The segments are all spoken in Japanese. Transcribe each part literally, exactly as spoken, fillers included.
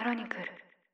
クロニクル。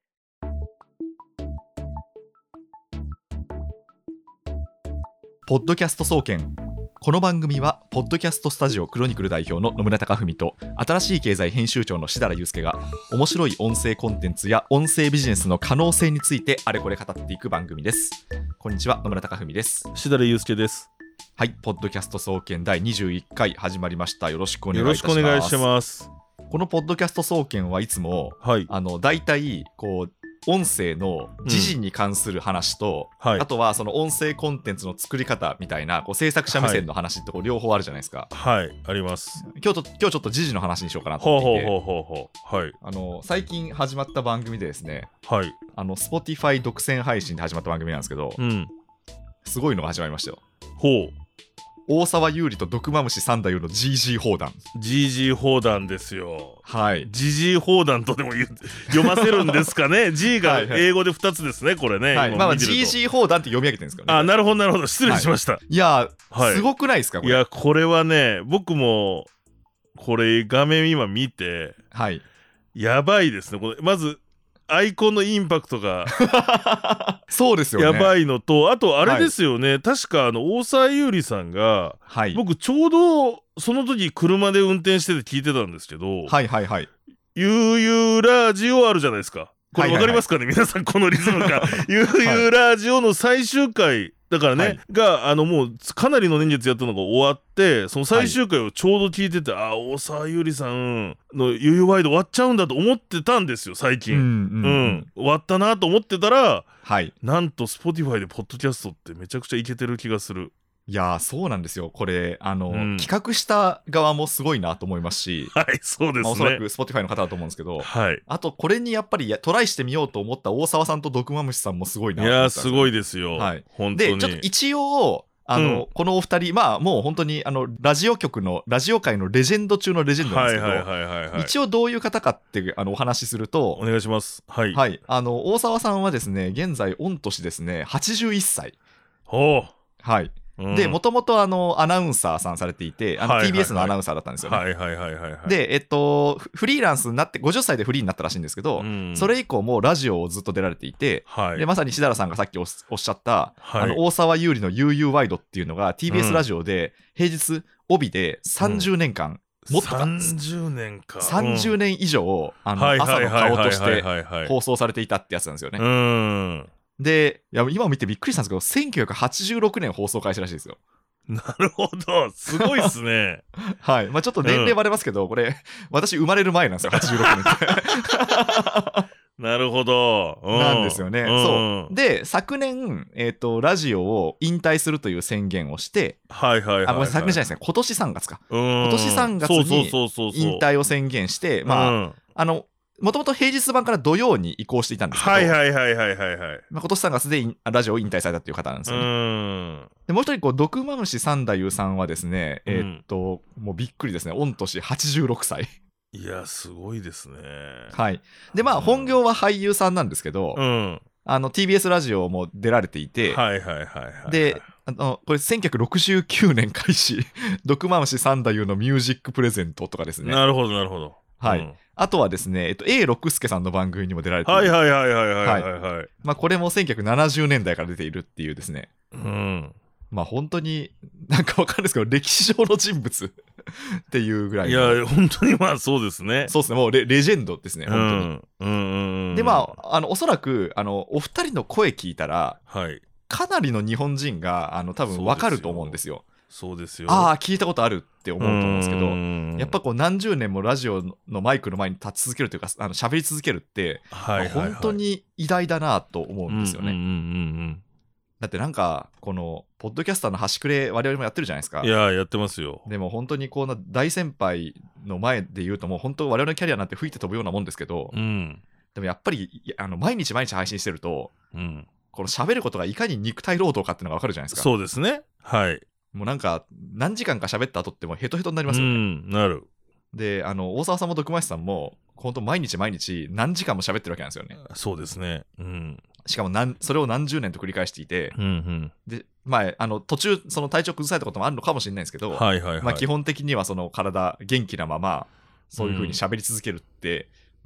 ポッドキャスト総研。この番組はポッドキャストスタジオクロニクル代表の野村貴文と新しい経済編集長の志田祐介が面白い音声コンテンツや音声ビジネスの可能性についてあれこれ語っていく番組です。こんにちは、野村貴文です。 志田祐介です。 はい、ポッドキャスト総研だいにじゅういっかい始まりました。よろしくお願いいたします。 よろしくお願いします。 このポッドキャスト総研はいつも、はい、あのだいたいこう音声の時事に関する話と、うんはい、あとはその音声コンテンツの作り方みたいなこう制作者目線の話ってこう両方あるじゃないですか。 はい、はい、あります。 今日と今日ちょっと時事の話にしようかなと思っていて、 ほうほうほうほうほう、はい、あの最近始まった番組でですね、 はい、 あの Spotify 独占配信で始まった番組なんですけど、うん、すごいのが始まりましたよ。 ほう。 大沢優里と毒マムシ三太夫の ジージー 砲弾ジージー 砲弾ですよ。 はい、 ジジー砲弾とでも言う読ませるんですかね。G が英語でふたつですね、これね。 はい、まあ、ジージー 砲弾って読み上げてるんですかね。 あ、なるほどなるほど、失礼しました。はい、 いや、はい、すごくないですかこれ。 いや、これはね、僕もこれ画面今見て、 はい、 やばいですね。これまずアイコンのインパクトがそうですよね、 やばいのと、あとあれですよね、はい、確かあの大沢優里さんが、はい、僕ちょうどその時車で運転してて聞いてたんですけど、 はいはいはい、 悠々ラジオあるじゃないですか。これ分かりますかね、はいはいはい、皆さんこのリズムか悠々ラジオの最終回だからね、はい、があのもうかなりの年月やったのが終わって、その最終回をちょうど聞いてて、はい、あ大沢優里さんの悠々ワイド終わっちゃうんだと思ってたんですよ最近。うん、うんうん、終わったなと思ってたら、はい、なんと Spotify でポッドキャストってめちゃくちゃイケてる気がする。 いやーそうなんですよ。これあの、うん、企画した側もすごいなと思いますし、 はいそうですね、まあ、おそらく Spotify の方だと思うんですけど、 はい、 あとこれにやっぱりトライしてみようと思った大沢さんと毒マムシさんもすごいなと思ったんですよ。いやーすごいですよ、はい、本当に。 でちょっと一応あの、うん、このお二人まあもう本当にあのラジオ局のラジオ界のレジェンド中のレジェンドなんですけど、はいはいはいはいはい、一応どういう方かってあのお話しすると、 お願いします。はい、 はい、あの大沢さんはですね現在御年ですねはちじゅういっさい。 ほう。 はい、でもともとアナウンサーさんされていて、あの ティービーエス のアナウンサーだったんですよね。 はいはいはいはいはい。 で、えっと、フリーランスになってごじゅっさいでフリーになったらしいんですけど、うん、それ以降もラジオをずっと出られていて、はい、でまさに志田さんがさっき お, おっしゃった、はい、あの大沢優里の ユーユー ワイドっていうのが ティービーエス ラジオで平日帯でさんじゅうねんかん、うん、もっとかさんじゅうねんかさんじゅうねん以上、あの朝の顔として放送されていたってやつなんですよね。 うんでいや今見てびっくりしたんですけどせんきゅうひゃくはちじゅうろくねん放送開始らしいですよ。 なるほど、すごいっすね。 はい、まあ、ちょっと年齢バレますけど、うん、これ私生まれる前なんですよはちじゅうろくねんってなるほど、 うん、なんですよね、うん、そうで昨年、えーと、ラジオを引退するという宣言をして、 はいはいはい、はい、 あごめんなさい昨年じゃないですね今年さんがつか、 うん、 今年さんがつに引退を宣言して、まあ、うん、あのもともと平日版から土曜に移行していたんですけど、 はいはいはいはいはいはい、 まあ、今年さんがつでラジオを引退されたっていう方なんですよね。 うんでもう一人こう毒マムシ三太夫さんはですね、えー、っと、うん、もうびっくりですね、御年はちじゅうろくさい。 いやすごいですね。 はいでまあ本業は俳優さんなんですけど、うん、あの ティービーエス ラジオも出られていて、 はいはいはいはい、 であのこれせんきゅうひゃくろくじゅうきゅうねん開始毒マムシ三太夫のミュージックプレゼントとかですね。 なるほどなるほど。 はい、うん、あとはですね、えっと、エー六輔さんの番組にも出られている。 はいはいはいはいはいはい、はいはい、 まあ、これもせんきゅうひゃくななじゅうねんだいから出ているっていうですね、 うん、 まあ本当になんかわかるんですけど歴史上の人物っていうぐらいの。いや本当にまあそうですね。 そうですね、もう レ, レジェンドですね本当に、うんうんうん、 でまああのおそらくあのお二人の声聞いたら、はい、かなりの日本人があの多分わかると思うんですよ。 そうですよ。 ああ聞いたことあるって思うと思うんですけど、やっぱこう何十年もラジオのマイクの前に立ち続けるというかあの喋り続けるって、はいはいはい、まあ、本当に偉大だなと思うんですよね、うんうんうんうん、だってなんかこのポッドキャスターの端くれ我々もやってるじゃないですか。 いややってますよ。 でも本当にこう大先輩の前で言うともう本当我々のキャリアなんて吹いて飛ぶようなもんですけど、うん、でもやっぱりあの毎日毎日配信してると、うん、この喋ることがいかに肉体労働かっていうのが分かるじゃないですか。 そうですね。はい。 もうなんか何時間か喋った後ってもうヘトヘトになりますよね。 うん、なる。 であの大沢さんも毒マシさんも本当毎日毎日何時間も喋ってるわけなんですよね。 そうですね、うん、 しかも何それを何十年と繰り返していて、 うんうん、 でまあ、あの途中その体調崩されたこともあるのかもしれないんですけど、はいはいはい、まあ、基本的にはその体元気なままそういう風に喋り続けるって、うん、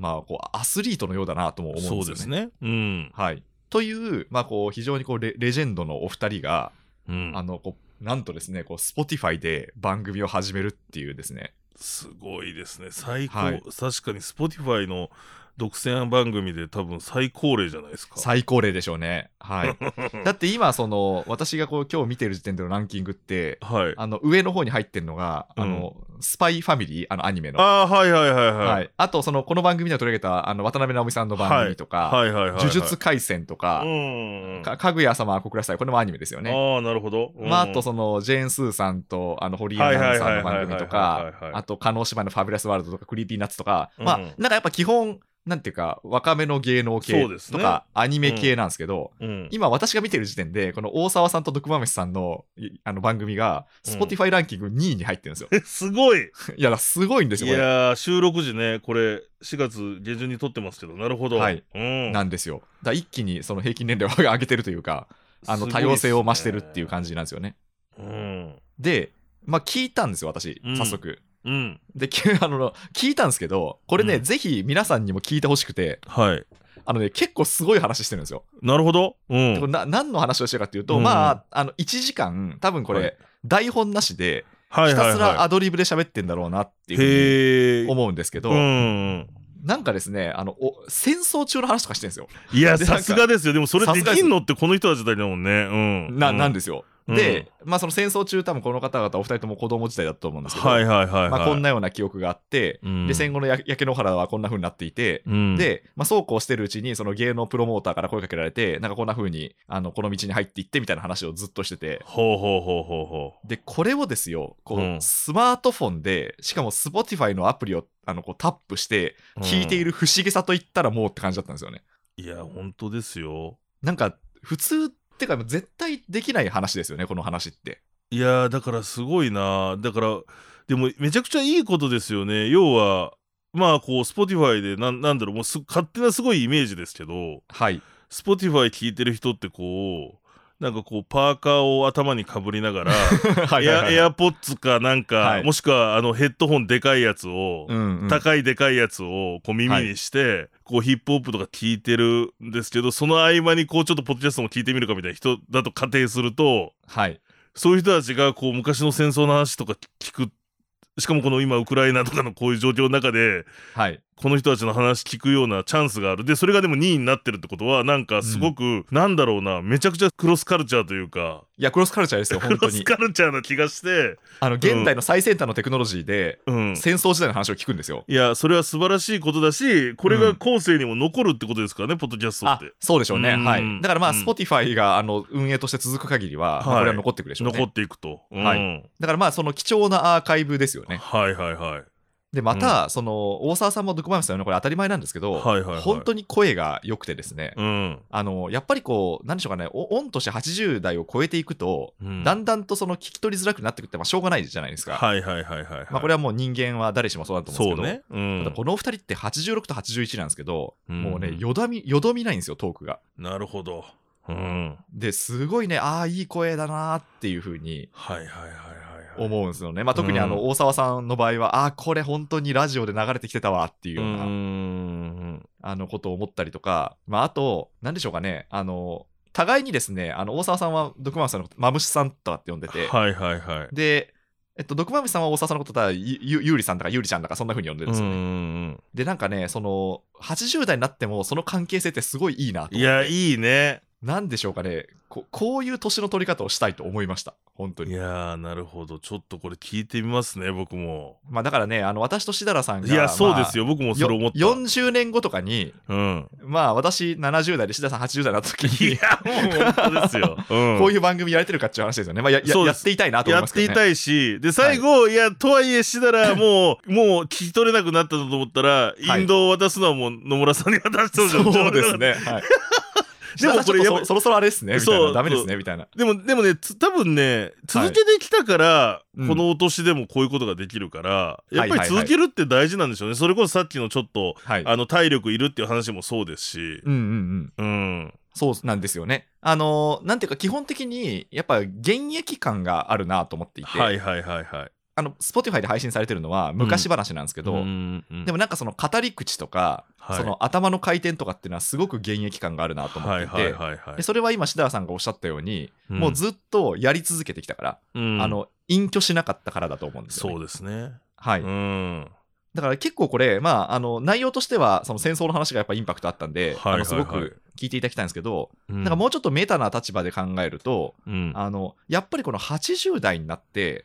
まあ、こうアスリートのようだなとも思うんですよね。 そうですね。うん。 はい、という、まあ、こう非常にこう レ, レジェンドのお二人が、 うん、 あのこうなんとですね、こう Spotify で番組を始めるっていうですね。 すごいですね。最高、はい、確かに Spotify の独占番組で多分最高齢じゃないですか。 最高齢でしょうね。はい。だって今その私がこう今日見てる時点でのランキングって、はい、あの上の方に入ってるのが、うん、あのスパイファミリー、あのアニメの。 あはいはいはいはい。はい、 あとそのこの番組で取り上げたあの渡辺直美さんの番組とか、はいはいはいはいはい、呪術廻戦とか、うんかかぐや様は小倉さん、これもアニメですよね。 ああなるほど。うん、 まああとそのジェーン・スーさんとあの堀井アナウンサーの番組とか、あと叶姉妹のファビュラスワールドとかクリーピーナッツとか、うん、まあなんかやっぱ基本なんていうか若めの芸能系とかアニメ系なんですけど、うんうん、今私が見てる時点でこの大沢さんと毒豆さんのあの番組が Spotify ランキングにいに入ってるんですよ。 えすごい。 いやすごいんですよ。 いや収録時ねこれしがつ下旬に撮ってますけど、なるほど。 はい、うん、なんですよ。だ一気にその平均年齢を上げてるというか、あの多様性を増してるっていう感じなんですよね。うん、でまあ聞いたんですよ私早速。うんうん、であの聞いたんですけど、これね、うん、ぜひ皆さんにも聞いてほしくて、はい、あのね結構すごい話してるんですよ。 なるほど。うん、 な何の話をしてるかっていうと、うん、まああのいちじかん多分これ、はい、台本なしでひたすらアドリブで喋ってんだろうなっていうふうに思うんですけど、うん、なんかですねあのお戦争中の話とかしてるんですよ。 いやさすがですよ。でもそれできんのってこの人たちだもんね。うん、 な, なんですよ。で、うん、まあその戦争中多分この方々お二人とも子供時代だと思うんですけど、はいはいはいはい、まあ、こんなような記憶があって、うん、で戦後の焼け野原はこんな風になっていて、うん、で、まあ、そうこうしてるうちにその芸能プロモーターから声かけられて、なんかこんな風にあのこの道に入っていってみたいな話をずっとしてて、 ほうほうほうほうほう。でこれをですよこう、うん、スマートフォンでしかも Spotify のアプリをあのこうタップして聞いている不思議さといったらもうって感じだったんですよね。 いや本当ですよ。 なんか普通てか絶対できない話ですよねこの話って。 いやだからすごいな。だからでもめちゃくちゃいいことですよね。要はまあこう Spotify でな ん, なんだろうもうす勝手なすごいイメージですけど、はい、Spotify 聞いてる人ってこうなんかこうパーカーを頭にかぶりながらエアポッツかなんか、はい、もしくはあのヘッドホンでかいやつを、うんうん、高いでかいやつをこう耳にして、はい、こうヒップホップとか聞いてるんですけど、その合間にこうちょっとポッドキャストも聞いてみるかみたいな人だと仮定すると、はい、そういう人たちがこう昔の戦争の話とか聞く、しかもこの今ウクライナとかのこういう状況の中で、はい、この人たちの話聞くようなチャンスがある。でそれがでもにいになってるってことはなんかすごく、うん、なんだろうな、めちゃくちゃクロスカルチャーというか、 いやクロスカルチャーですよ本当に。 クロスカルチャーな気がして、 あの現代の最先端のテクノロジーで、うん、戦争時代の話を聞くんですよ。 いやそれは素晴らしいことだし、これが後世にも残るってことですからね、うん、ポッドキャストって。 あそうでしょうね、うん、はい。だからまあ、うん、Spotify があの運営として続く限りは、はい、まあ、これは残っていくでしょうね。 残っていくと、うん、 はい。だからまあその貴重なアーカイブですよね。 はいはいはい。 でまた、うん、その大沢さんも毒豆さんのこれ当たり前なんですけど、はいはいはい、本当に声が良くてですね、うん、あのやっぱりこう何でしょうかね、御年はちじゅう代を超えていくと、うん、だんだんとその聞き取りづらくなってくって、まあ、しょうがないじゃないですか。はいはいはいはい、はい、まあ、これはもう人間は誰しもそうだと思うんですけど、そうね、うん、ただこのお二人ってはちじゅうろくとはちじゅういちなんですけど、うん、もうねよどみよどみないんですよトークが。 なるほど、うん、 ですごいね、ああいい声だなっていう風に、はいはいはい思うんですよね。まあ、特にあの大沢さんの場合は、うん、あこれ本当にラジオで流れてきてたわっていうような、うーんあのことを思ったりとか、まあ、あと何でしょうかね、あの互いにですね、あの大沢さんは毒マムさんのことマムシさんとかって呼んでて、はいはいはい、でえっと、毒マムさんは大沢さんのことだゆゆうりさんとかゆうりちゃんとかそんな風に呼んでるんですよね。うんでなんかね、そのはちじゅう代になってもその関係性ってすごいいいなと思って。 いやいいね。 なんでしょうかね、こ, こういう年の取り方をしたいと思いました本当に。 いやーなるほど、ちょっとこれ聞いてみますね僕も。 まあだからね、あの私としだらさんが、 いやそうですよ、まあ、僕もそれ思った。 よんじゅうねんごとかに、うん、まあ私ななじゅう代でしだらさんはちじゅう代になった時に、 いやもう本当ですよ、うん、 こういう番組やれてるかっていう話ですよね。まあ や, や, やっていたいなと思いますけどね。 やっていたいし、で最後、はい、いやとはいえしだらもうもう聞き取れなくなったと思ったら、インドを渡すのはもう野村さんに渡したんですよ。 そうですね、はいでもこれそ, そろそろあれですねみたいな、ダメですねみたいな。 でもでもね多分ね続けてきたから、はい、このお年でもこういうことができるから、うん、やっぱり続けるって大事なんでしょうね。それこそさっきのちょっと、はい、あの体力いるっていう話もそうですし、うんうんうん、うん、 そうなんですよね。あのー、なんていうか基本的にやっぱ現役感があるなと思っていて、はいはいはいはい。 あの Spotify で配信されてるのは昔話なんですけど、 うんうんうん、 でもなんかその語り口とか、はい、その頭の回転とかっていうのはすごく現役感があるなと思っていて、はいはいはいはい、でそれは今志田さんがおっしゃったように、うん、もうずっとやり続けてきたから、うん、あの隠居しなかったからだと思うんですよね。 そうですね、 はい、うん、だから結構これ、まあ、あの内容としてはその戦争の話がやっぱインパクトあったんで、はいはいはい、あのすごく聞いていただきたいんですけど、うん、なんかもうちょっとメタな立場で考えると、うん、あのやっぱりこのはちじゅう代になって、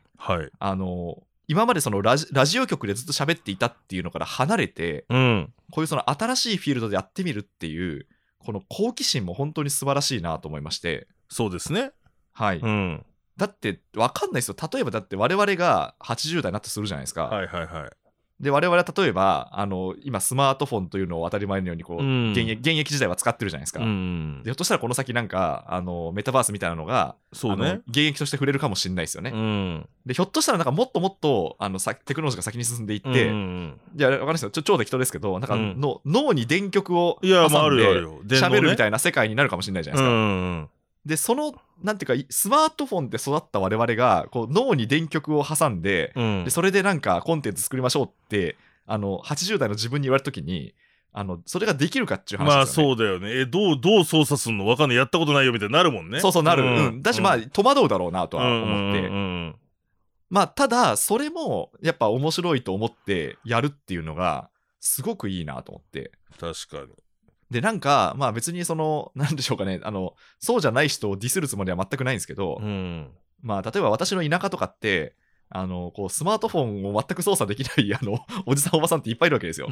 はい、あの今までそのラジ、ラジオ局でずっと喋っていたっていうのから離れて、うん、こういうその新しいフィールドでやってみるっていうこの好奇心も本当に素晴らしいなと思いまして。 そうですね、 はい、うん、だって分かんないですよ。例えばだって我々がはちじゅう代になってするじゃないですか。 はいはいはい。 で我々は例えばあの今スマートフォンというのを当たり前のようにこう、うん、現役、現役時代は使ってるじゃないですか、うん、でひょっとしたらこの先なんかあのメタバースみたいなのがそう、ね、あの現役として触れるかもしれないですよね、うん、でひょっとしたらなんかもっともっとあのさテクノロジーが先に進んでいって、うん、いや分かんないですよ、ちょ超適当ですけどなんかの、うん、脳に電極を挟んで喋るみたいな世界になるかもしれないじゃないですか、うん、でそのなんていうかスマートフォンで育った我々がこう脳に電極を挟んで、うん、でそれでなんかコンテンツ作りましょうってあのはちじゅう代の自分に言われたときにあのそれができるかっていう話ですよね。 まあそうだよね。えどうどう操作すんの分かんない、やったことないよみたいになるもんね。 そうそうなる、うんうん、だしまあ、うん、戸惑うだろうなとは思って、うんうんうん、まあただそれもやっぱ面白いと思ってやるっていうのがすごくいいなと思って。 確かに。 でなんかまあ別にそのなんでしょうかね、あのそうじゃない人をディスるつもりは全くないんですけど、うん、まあ例えば私の田舎とかってあのこうスマートフォンを全く操作できないあのおじさんおばさんっていっぱいいるわけですよ。うん、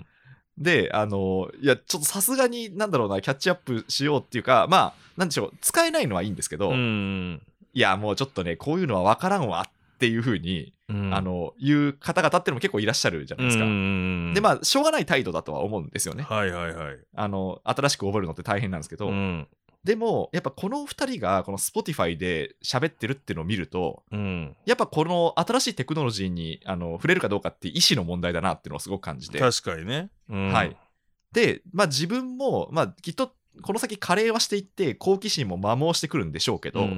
であのいやちょっとさすがになんだろうなキャッチアップしようっていうか、まあなんでしょう、使えないのはいいんですけど、うん、いやもうちょっとねこういうのは分からんわっていう風に、うん、あのいう方々っていうのも結構いらっしゃるじゃないですか。うん、でまあしょうがない態度だとは思うんですよね。 はいはいはい。 あの新しく覚えるのって大変なんですけど、うん、でもやっぱこのふたりがこの Spotify で喋ってるっていうのを見ると、うん、やっぱこの新しいテクノロジーにあの触れるかどうかっていう意思の問題だなっていうのをすごく感じて。 確かにね、 うん、はい。で、まあ、自分も、まあ、きっとこの先加齢はしていって好奇心も摩耗してくるんでしょうけど、うん、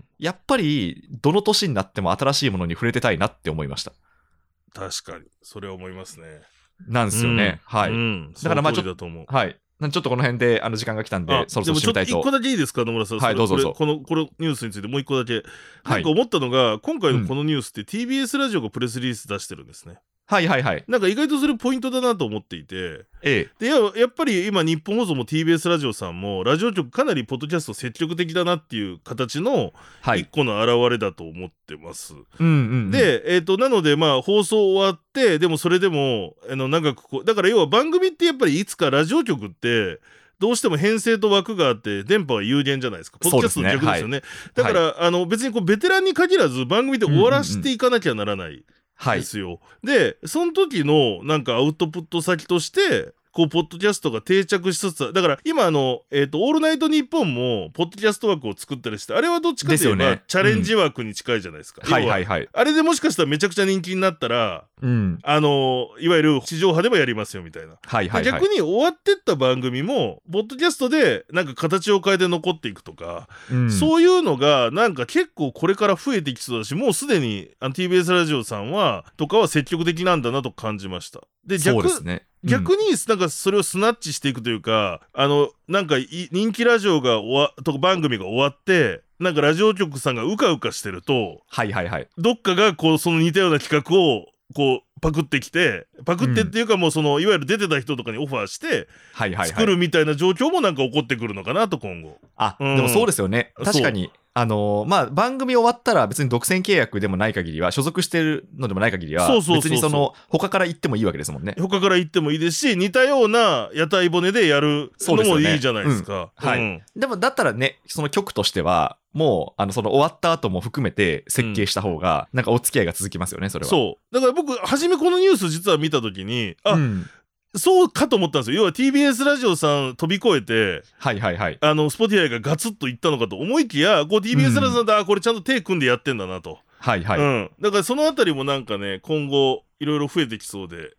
やっぱりどの年になっても新しいものに触れてたいなって思いました。 確かにそれは思いますね。 なんですよね、うん、はい、うん、 だからまあちょっとはいちょっとこの辺であの時間が来たんでそろそろ締めたいと。 でもちょっと一個だけいいですか野村さん。 はいどうぞどうぞ。 このこのニュースについてもう一個だけなんか思ったのが、はい、今回のこのニュースって ティービーエス ラジオがプレスリリース出してるんですね。 はいはいはい。 なんか意外とそれポイントだなと思っていて、 ええ、 で や, やっぱり今日本放送も ティービーエス ラジオさんもラジオ局かなりポッドキャスト積極的だなっていう形の一個の表れだと思ってます、はい、うんうんうん、で、えーと、なのでまあ放送終わってでもそれでもあの長くこうだから要は番組ってやっぱりいつかラジオ局ってどうしても編成と枠があって電波は有限じゃないですか。ポッドキャストの逆ですよね。だから、はい、あの別にこうベテランに限らず番組で終わらせていかなきゃならない、うんうんうん、ですよ、はい、でその時のなんかアウトプット先としてこうポッドキャストが定着しつつだから今あの、えーと、オールナイトニッポンもポッドキャスト枠を作ったりしてあれはどっちかというと、ね、チャレンジ枠に近いじゃないですか、うん、 はいはいはい。 あれでもしかしたらめちゃくちゃ人気になったら、うん、あのいわゆる地上波でもやりますよみたいな、はいはいはい、逆に終わってった番組もポッドキャストでなんか形を変えて残っていくとか、うん、そういうのがなんか結構これから増えてきそうだしもうすでにあの ティービーエス ラジオさんはとかは積極的なんだなと感じました。で逆そうですね、うん、 逆になんかそれをスナッチしていくというかあのなんか人気ラジオが終わとか番組が終わってなんかラジオ局さんがうかうかしてると、 はいはいはい、 どっかがこうその似たような企画をこうパクってきてパクってっていうかもうそのいわゆる出てた人とかにオファーして作るみたいな状況もなんか起こってくるのかなと今後。 あ、うん、でもそうですよね。確かにあのー、まあ番組終わったら別に独占契約でもない限りは所属してるのでもない限りは別にその他から行ってもいいわけですもんね。 他から行ってもいいですし似たような屋台骨でやるのもいいじゃないですか。 はい。でもだったらねその局としてはもうあのその終わった後も含めて設計した方がなんかお付き合いが続きますよね、それは。 そうだから僕初めこのニュース実は見た時にあ、うん、そうかと思ったんですよ。要は ティービーエス ラジオさん飛び越えてはいはいはいあの Spotify がガツッといったのかと思いきやこう ティービーエス ラジオさんだ、うん、これちゃんと手組んでやってんだなと。 はいはい、 うん、だからそのあたりもなんかね今後いろいろ増えてきそうで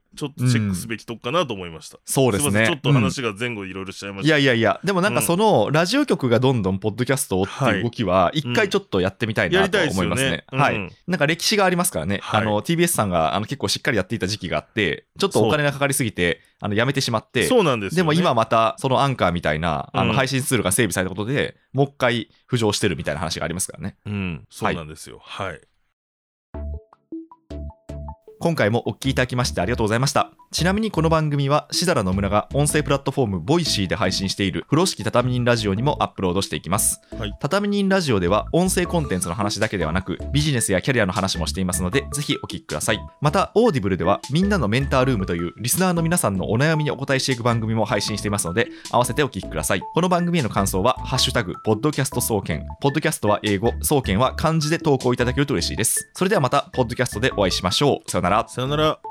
ちょっとチェックすべきとこかなと思いました、うん、 そうですね。 すいませんちょっと話が前後いろいろしちゃいました、 うん、いやいやいやでもなんかそのラジオ局がどんどんポッドキャストをっていう動きは一回ちょっとやってみたいなと思いますね、うん、はい、うん、なんか歴史がありますからね、はい、あの ティービーエス さんがあの結構しっかりやっていた時期があってちょっとお金がかかりすぎてあのやめてしまって、 そうなんですよね。 でも今またそのアンカーみたいなあの配信ツールが整備されたことで、うん、もう一回浮上してるみたいな話がありますからね。 うんそうなんですよ。はい、はい今回もお聞きいただきましてありがとうございました。ちなみにこの番組はしだらの村が音声プラットフォームボイシーで配信している風呂敷畳人ラジオにもアップロードしていきます、はい、畳人ラジオでは音声コンテンツの話だけではなくビジネスやキャリアの話もしていますのでぜひお聞きください。またオーディブルではみんなのメンタールームというリスナーの皆さんのお悩みにお答えしていく番組も配信していますので合わせてお聞きください。この番組への感想はハッシュタグポッドキャスト総研、ポッドキャストは英語、総研は漢字で投稿いただけると嬉しいです。それではまたポッドキャストでお会いしましょう。さよなら。 さよなら。